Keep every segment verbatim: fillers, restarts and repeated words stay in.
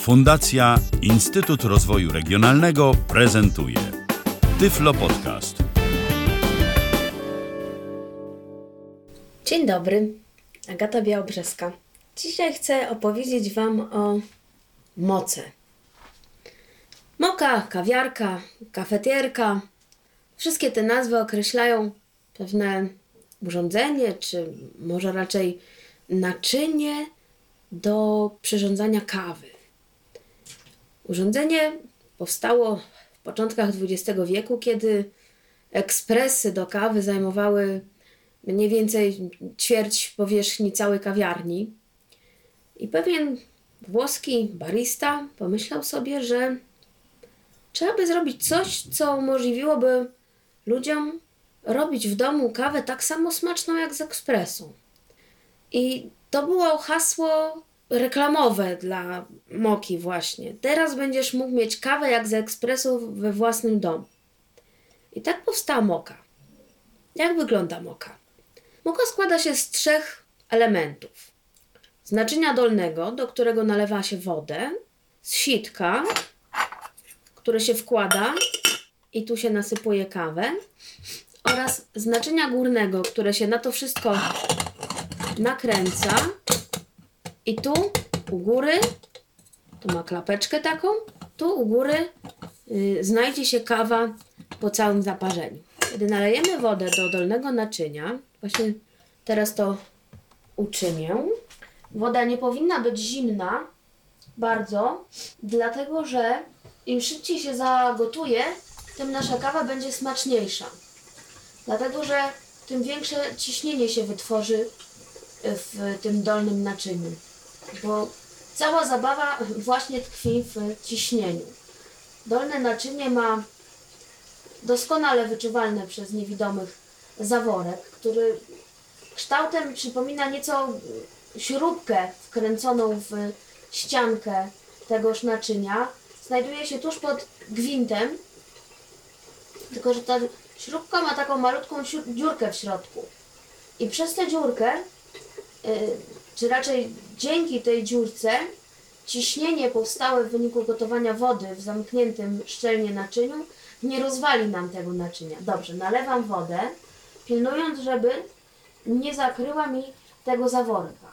Fundacja Instytut Rozwoju Regionalnego prezentuje Tyflo Podcast. Dzień dobry, Agata Białobrzeska. Dzisiaj chcę opowiedzieć Wam o moce. Moka, kawiarka, kafetierka. Wszystkie te nazwy określają pewne urządzenie, czy może raczej naczynie do przyrządzania kawy. Urządzenie powstało w początkach dwudziestego wieku, kiedy ekspresy do kawy zajmowały mniej więcej ćwierć powierzchni całej kawiarni. I pewien włoski barista pomyślał sobie, że trzeba by zrobić coś, co umożliwiłoby ludziom robić w domu kawę tak samo smaczną jak z ekspresu. I to było hasło reklamowe dla Moki właśnie. Teraz będziesz mógł mieć kawę jak z ekspresu we własnym domu. I tak powstała Moka. Jak wygląda Moka? Moka składa się z trzech elementów. Z naczynia dolnego, do którego nalewa się wodę, z sitka, które się wkłada i tu się nasypuje kawę, oraz z naczynia górnego, które się na to wszystko nakręca i tu u góry, tu ma klapeczkę taką, tu u góry yy, znajdzie się kawa po całym zaparzeniu. Kiedy nalejemy wodę do dolnego naczynia, właśnie teraz to uczynię, woda nie powinna być zimna bardzo, dlatego że im szybciej się zagotuje, tym nasza kawa będzie smaczniejsza. Dlatego, że tym większe ciśnienie się wytworzy w tym dolnym naczyniu. Bo cała zabawa właśnie tkwi w ciśnieniu. Dolne naczynie ma doskonale wyczuwalny przez niewidomych zaworek, który kształtem przypomina nieco śrubkę wkręconą w ściankę tegoż naczynia. Znajduje się tuż pod gwintem, tylko że ta śrubka ma taką malutką dziurkę w środku. I przez tę dziurkę, yy, czy raczej dzięki tej dziurce, ciśnienie powstałe w wyniku gotowania wody w zamkniętym szczelnie naczyniu nie rozwali nam tego naczynia. Dobrze, nalewam wodę, pilnując, żeby nie zakryła mi tego zaworka.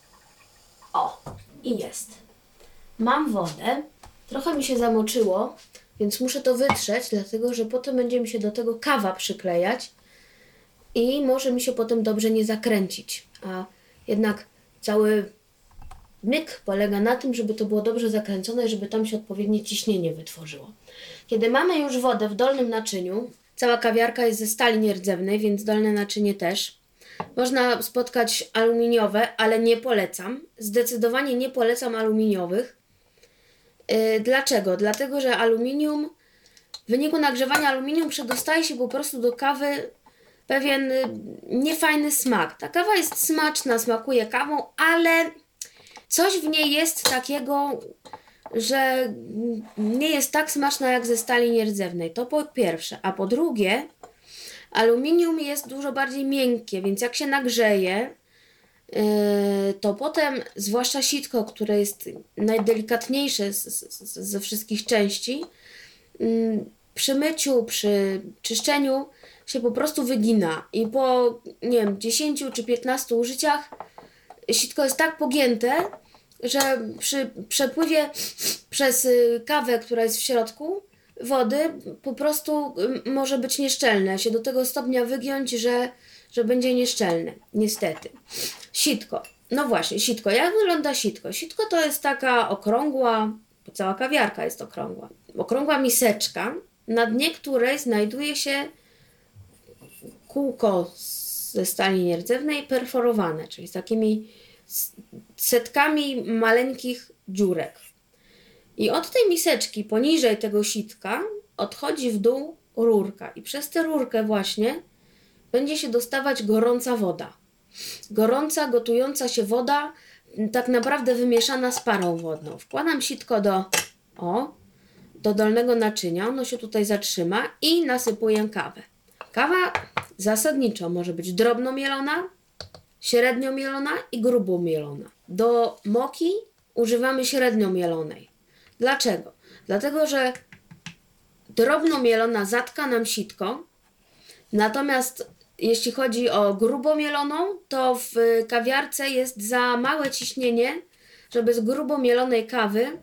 O, i jest. Mam wodę, trochę mi się zamoczyło, więc muszę to wytrzeć, dlatego że potem będzie mi się do tego kawa przyklejać i może mi się potem dobrze nie zakręcić. A jednak cały myk polega na tym, żeby to było dobrze zakręcone i żeby tam się odpowiednie ciśnienie wytworzyło. Kiedy mamy już wodę w dolnym naczyniu, cała kawiarka jest ze stali nierdzewnej, więc dolne naczynie też. Można spotkać aluminiowe, ale nie polecam. Zdecydowanie nie polecam aluminiowych. Yy, dlaczego? Dlatego, że aluminium, w wyniku nagrzewania aluminium przedostaje się po prostu do kawy pewien yy, niefajny smak. Ta kawa jest smaczna, smakuje kawą, ale coś w niej jest takiego, że nie jest tak smaczna jak ze stali nierdzewnej. To po pierwsze. A po drugie, aluminium jest dużo bardziej miękkie, więc jak się nagrzeje, yy, to potem, zwłaszcza sitko, które jest najdelikatniejsze z, z, ze wszystkich części, yy, przy myciu, przy czyszczeniu się po prostu wygina. I po, nie wiem, dziesięciu czy piętnastu użyciach sitko jest tak pogięte, że przy przepływie przez y, kawę, która jest w środku wody, po prostu y, może być nieszczelne. Się do tego stopnia wygiąć, że, że będzie nieszczelne. Niestety. Sitko. No właśnie, sitko. Jak wygląda sitko? Sitko to jest taka okrągła, bo cała kawiarka jest okrągła, okrągła miseczka, na dnie której znajduje się kółko ze stali nierdzewnej perforowane, czyli z takimi setkami maleńkich dziurek. I od tej miseczki poniżej tego sitka odchodzi w dół rurka i przez tę rurkę właśnie będzie się dostawać gorąca woda. Gorąca, gotująca się woda, tak naprawdę wymieszana z parą wodną. Wkładam sitko do, o, do dolnego naczynia, ono się tutaj zatrzyma i nasypuję kawę. Kawa zasadniczo może być drobno mielona, średnio mielona i grubo mielona. Do moki używamy średnio mielonej. Dlaczego? Dlatego, że drobno mielona zatka nam sitko, natomiast jeśli chodzi o grubo mieloną, to w kawiarce jest za małe ciśnienie, żeby z grubo mielonej kawy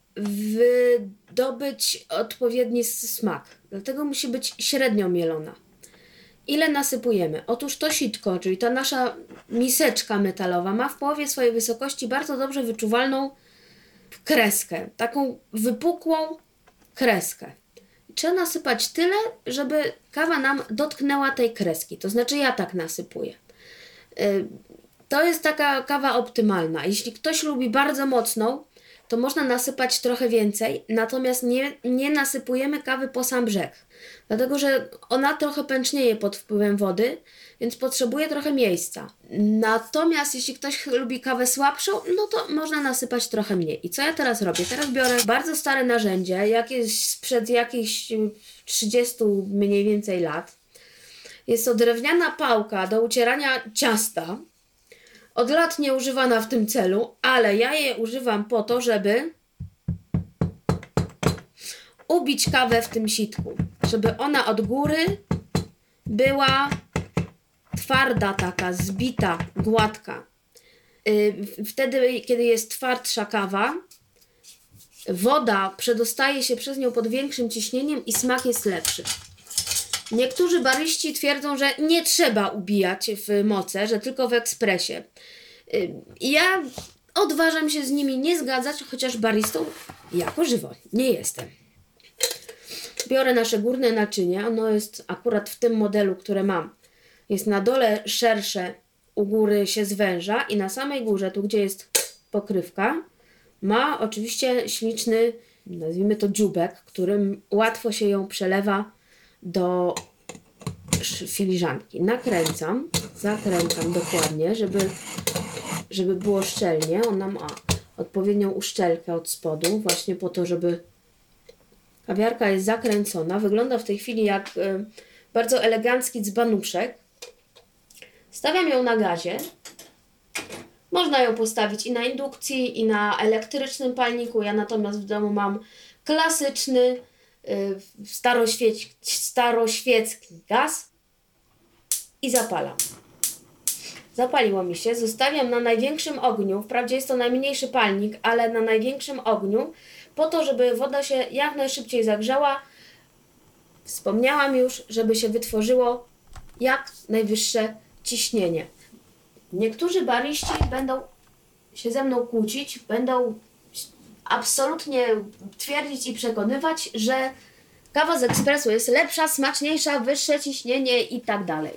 wydobyć odpowiedni smak. Dlatego musi być średnio mielona. Ile nasypujemy? Otóż to sitko, czyli ta nasza miseczka metalowa, ma w połowie swojej wysokości bardzo dobrze wyczuwalną kreskę. Taką wypukłą kreskę. Trzeba nasypać tyle, żeby kawa nam dotknęła tej kreski. To znaczy ja tak nasypuję. To jest taka kawa optymalna. Jeśli ktoś lubi bardzo mocną, to można nasypać trochę więcej, natomiast nie, nie nasypujemy kawy po sam brzeg. Dlatego, że ona trochę pęcznieje pod wpływem wody, więc potrzebuje trochę miejsca. Natomiast jeśli ktoś lubi kawę słabszą, no to można nasypać trochę mniej. I co ja teraz robię? Teraz biorę bardzo stare narzędzie, jakieś sprzed jakichś trzydziestu mniej więcej lat. Jest to drewniana pałka do ucierania ciasta. Od lat nieużywana w tym celu, ale ja je używam po to, żeby ubić kawę w tym sitku. Żeby ona od góry była twarda taka, zbita, gładka. Wtedy, kiedy jest twardsza kawa, woda przedostaje się przez nią pod większym ciśnieniem i smak jest lepszy. Niektórzy baryści twierdzą, że nie trzeba ubijać w moce, że tylko w ekspresie. Ja odważam się z nimi nie zgadzać, chociaż baristą jako żywo nie jestem. Biorę nasze górne naczynie, ono jest akurat w tym modelu, które mam. Jest na dole szersze, u góry się zwęża i na samej górze, tu gdzie jest pokrywka, ma oczywiście śliczny, nazwijmy to dzióbek, którym łatwo się ją przelewa do filiżanki. Nakręcam, zakręcam dokładnie, żeby, żeby było szczelnie. Ona ma odpowiednią uszczelkę od spodu, właśnie po to, żeby kawiarka jest zakręcona. Wygląda w tej chwili jak y, bardzo elegancki dzbanuszek. Stawiam ją na gazie. Można ją postawić i na indukcji, i na elektrycznym palniku. Ja natomiast w domu mam klasyczny, Staroświec, staroświecki gaz i zapalam. Zapaliło mi się, zostawiam na największym ogniu, wprawdzie jest to najmniejszy palnik, ale na największym ogniu, po to, żeby woda się jak najszybciej zagrzała. Wspomniałam już, żeby się wytworzyło jak najwyższe ciśnienie. Niektórzy baryści będą się ze mną kłócić, będą absolutnie twierdzić i przekonywać, że kawa z ekspresu jest lepsza, smaczniejsza, wyższe ciśnienie i tak dalej.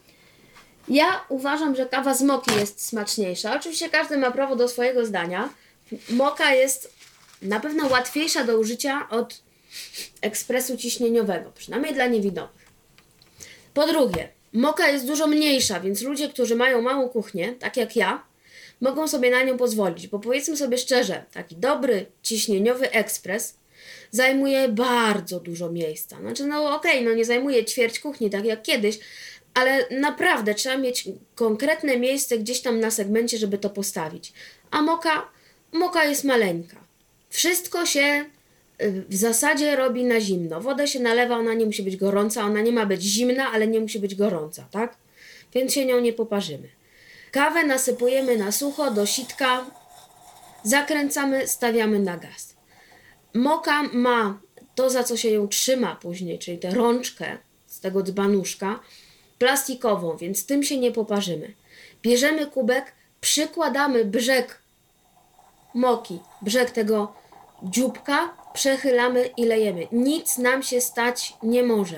Ja uważam, że kawa z moki jest smaczniejsza. Oczywiście każdy ma prawo do swojego zdania. Moka jest na pewno łatwiejsza do użycia od ekspresu ciśnieniowego, przynajmniej dla niewidomych. Po drugie, moka jest dużo mniejsza, więc ludzie, którzy mają małą kuchnię, tak jak ja, mogą sobie na nią pozwolić, bo powiedzmy sobie szczerze, taki dobry, ciśnieniowy ekspres zajmuje bardzo dużo miejsca. Znaczy, no okej, okay, no nie zajmuje ćwierć kuchni, tak jak kiedyś, ale naprawdę trzeba mieć konkretne miejsce gdzieś tam na segmencie, żeby to postawić. A moka, moka jest maleńka. Wszystko się w zasadzie robi na zimno. Wodę się nalewa, ona nie musi być gorąca, ona nie ma być zimna, ale nie musi być gorąca, tak? Więc się nią nie poparzymy. Kawę nasypujemy na sucho do sitka, zakręcamy, stawiamy na gaz. Moka ma to, za co się ją trzyma później, czyli tę rączkę z tego dzbanuszka, plastikową, więc tym się nie poparzymy. Bierzemy kubek, przykładamy brzeg moki, brzeg tego dzióbka, przechylamy i lejemy. Nic nam się stać nie może.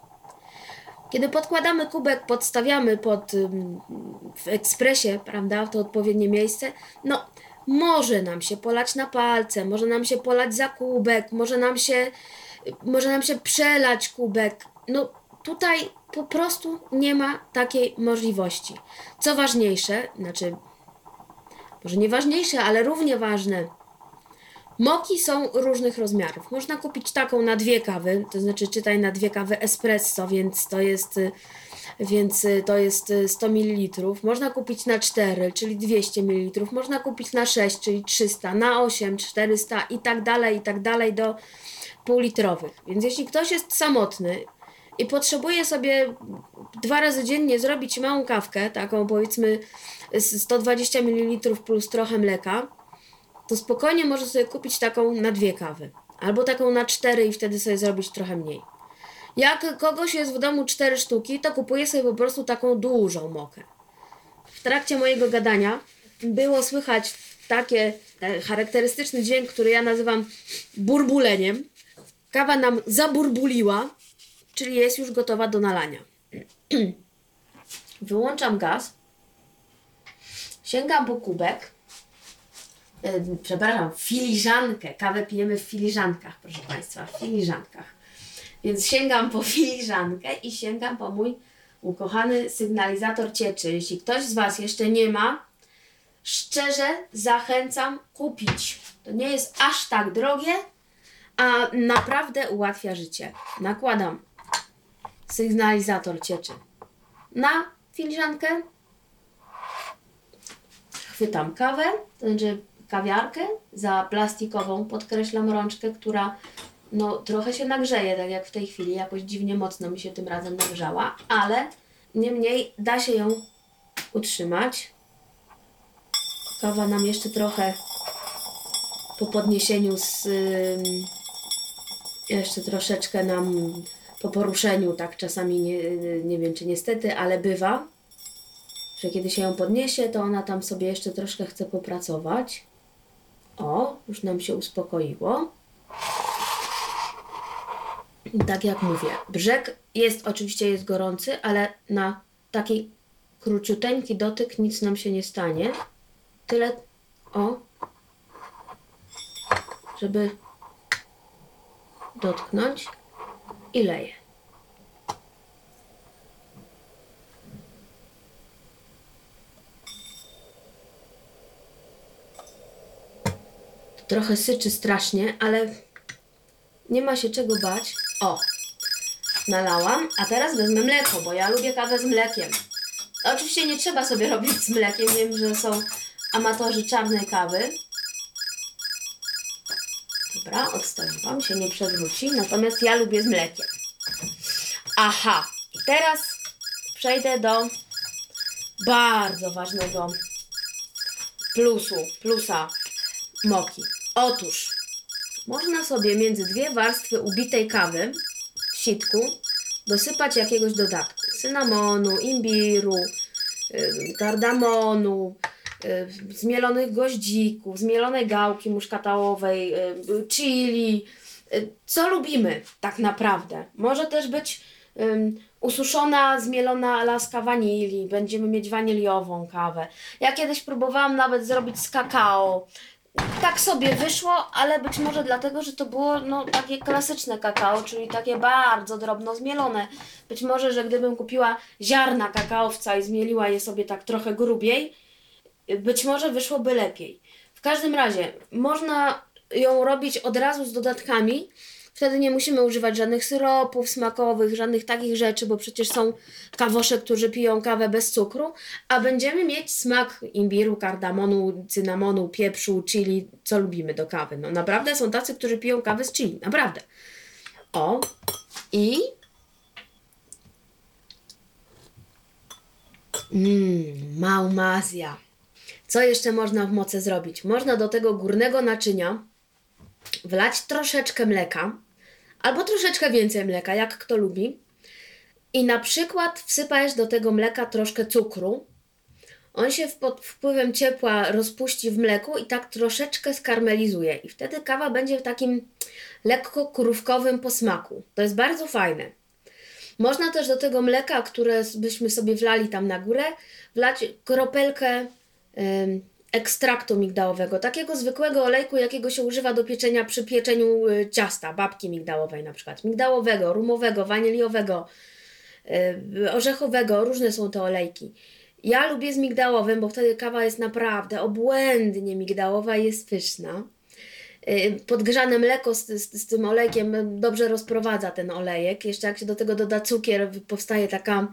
Kiedy podkładamy kubek, podstawiamy pod, w ekspresie, prawda, w to odpowiednie miejsce, no może nam się polać na palce, może nam się polać za kubek, może nam się, może nam się przelać kubek. No tutaj po prostu nie ma takiej możliwości. Co ważniejsze, znaczy, może nie ważniejsze, ale równie ważne, moki są różnych rozmiarów. Można kupić taką na dwie kawy, to znaczy czytaj na dwie kawy espresso, więc to jest więc to jest sto mililitrów. Można kupić na cztery, czyli dwieście mililitrów. Można kupić na sześć, czyli trzysta, na osiem, czterysta i tak dalej, i tak dalej do półlitrowych. Więc jeśli ktoś jest samotny i potrzebuje sobie dwa razy dziennie zrobić małą kawkę, taką powiedzmy sto dwadzieścia mililitrów plus trochę mleka, to spokojnie może sobie kupić taką na dwie kawy. Albo taką na cztery i wtedy sobie zrobić trochę mniej. Jak kogoś jest w domu cztery sztuki, to kupuję sobie po prostu taką dużą mokę. W trakcie mojego gadania było słychać takie e, charakterystyczny dźwięk, który ja nazywam burbuleniem. Kawa nam zaburbuliła, czyli jest już gotowa do nalania. Wyłączam gaz, sięgam po kubek, e, przepraszam, filiżankę. Kawę pijemy w filiżankach, proszę Państwa, w filiżankach. Więc sięgam po filiżankę i sięgam po mój ukochany sygnalizator cieczy. Jeśli ktoś z Was jeszcze nie ma, szczerze zachęcam kupić. To nie jest aż tak drogie, a naprawdę ułatwia życie. Nakładam sygnalizator cieczy na filiżankę, chwytam kawę, to znaczy kawiarkę za plastikową, podkreślam rączkę, która no trochę się nagrzeje, tak jak w tej chwili, jakoś dziwnie mocno mi się tym razem nagrzała, ale niemniej da się ją utrzymać. Kawa nam jeszcze trochę po podniesieniu z... jeszcze troszeczkę nam po poruszeniu, tak czasami nie, nie wiem czy niestety, ale bywa, że kiedy się ją podniesie, to ona tam sobie jeszcze troszkę chce popracować. O, już nam się uspokoiło. Tak jak mówię, brzeg jest oczywiście jest gorący, ale na taki króciuteńki dotyk nic nam się nie stanie. Tyle, o, żeby dotknąć i leję. Trochę syczy strasznie, ale nie ma się czego bać. O, nalałam, a teraz wezmę mleko, bo ja lubię kawę z mlekiem. Oczywiście nie trzeba sobie robić z mlekiem, wiem, że są amatorzy czarnej kawy. Dobra, odstawiłam, się nie przewróci, natomiast ja lubię z mlekiem. Aha, i teraz przejdę do bardzo ważnego plusu, plusa moki. Otóż można sobie między dwie warstwy ubitej kawy w sitku dosypać jakiegoś dodatku. Cynamonu, imbiru, yy, kardamonu, yy, zmielonych goździków, zmielonej gałki muszkatałowej, yy, chili. Yy, co lubimy tak naprawdę. Może też być yy, ususzona, zmielona laska wanilii. Będziemy mieć waniliową kawę. Ja kiedyś próbowałam nawet zrobić z kakao. Tak sobie wyszło, ale być może dlatego, że to było no, takie klasyczne kakao, czyli takie bardzo drobno zmielone. Być może, że gdybym kupiła ziarna kakaowca i zmieliła je sobie tak trochę grubiej, być może wyszłoby lepiej. W każdym razie można ją robić od razu z dodatkami. Wtedy nie musimy używać żadnych syropów smakowych, żadnych takich rzeczy, bo przecież są kawosze, którzy piją kawę bez cukru, a będziemy mieć smak imbiru, kardamonu, cynamonu, pieprzu, chili, co lubimy do kawy. No naprawdę są tacy, którzy piją kawę z chili, naprawdę. O, i mmm, maumazja. Co jeszcze można w moce zrobić? Można do tego górnego naczynia wlać troszeczkę mleka, albo troszeczkę więcej mleka, jak kto lubi. I na przykład wsypać do tego mleka troszkę cukru. On się pod wpływem ciepła rozpuści w mleku i tak troszeczkę skarmelizuje. I wtedy kawa będzie w takim lekko krówkowym posmaku. To jest bardzo fajne. Można też do tego mleka, które byśmy sobie wlali tam na górę, wlać kropelkę Yy, ekstraktu migdałowego, takiego zwykłego olejku, jakiego się używa do pieczenia przy pieczeniu ciasta, babki migdałowej na przykład. Migdałowego, rumowego, waniliowego, yy, orzechowego, różne są te olejki. Ja lubię z migdałowym, bo wtedy kawa jest naprawdę obłędnie migdałowa i jest pyszna. Yy, podgrzane mleko z, z, z tym olejkiem dobrze rozprowadza ten olejek. Jeszcze jak się do tego doda cukier, powstaje taka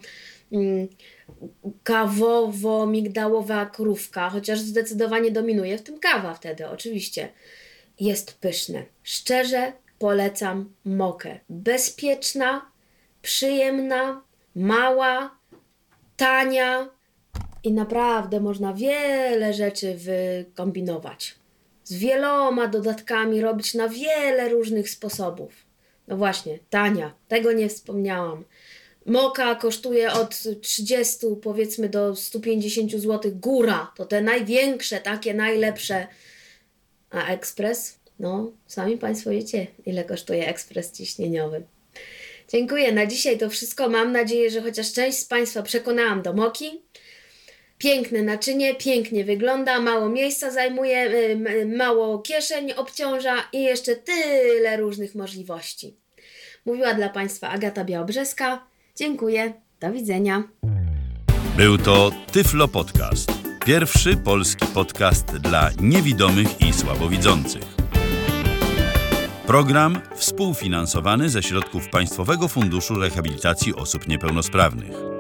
mm, kawowo-migdałowa krówka, chociaż zdecydowanie dominuje w tym kawa wtedy, oczywiście. Jest pyszne. Szczerze polecam mokę. Bezpieczna, przyjemna, mała, tania i naprawdę można wiele rzeczy wykombinować. Z wieloma dodatkami robić na wiele różnych sposobów. No właśnie, tania, tego nie wspomniałam. Moka kosztuje od trzydziestu powiedzmy do stu pięćdziesięciu złotych góra. To te największe, takie najlepsze. A ekspres? No, sami Państwo wiecie, ile kosztuje ekspres ciśnieniowy. Dziękuję. Na dzisiaj to wszystko. Mam nadzieję, że chociaż część z Państwa przekonałam do moki. Piękne naczynie, pięknie wygląda, mało miejsca zajmuje, mało kieszeń obciąża i jeszcze tyle różnych możliwości. Mówiła dla Państwa Agata Białobrzeska. Dziękuję. Do widzenia. Był to Tyflo Podcast. Pierwszy polski podcast dla niewidomych i słabowidzących. Program współfinansowany ze środków Państwowego Funduszu Rehabilitacji Osób Niepełnosprawnych.